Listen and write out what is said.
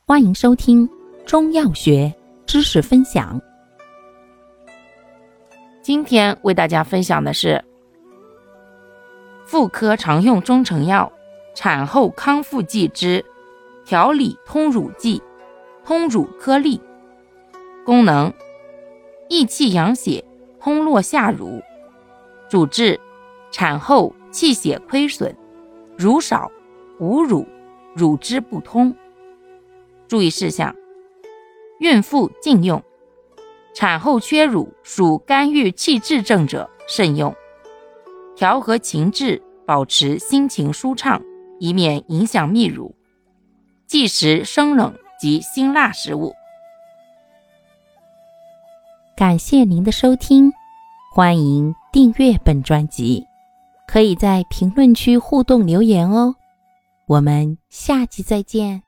欢迎收听中药学知识分享。 今天为大家分享的是妇科常用中成药产后康复剂之调理通乳剂通乳颗粒。功能：益气养血，通络下乳。主治：产后气血亏损，乳少、无乳、乳汁不通。注意事项：孕妇禁用，产后缺乳属肝郁气滞症者慎用。调和情志，保持心情舒畅，以免影响泌乳。忌食生冷及辛辣食物。 感谢您的收听，欢迎订阅本专辑，可以在评论区互动留言哦。我们下期再见。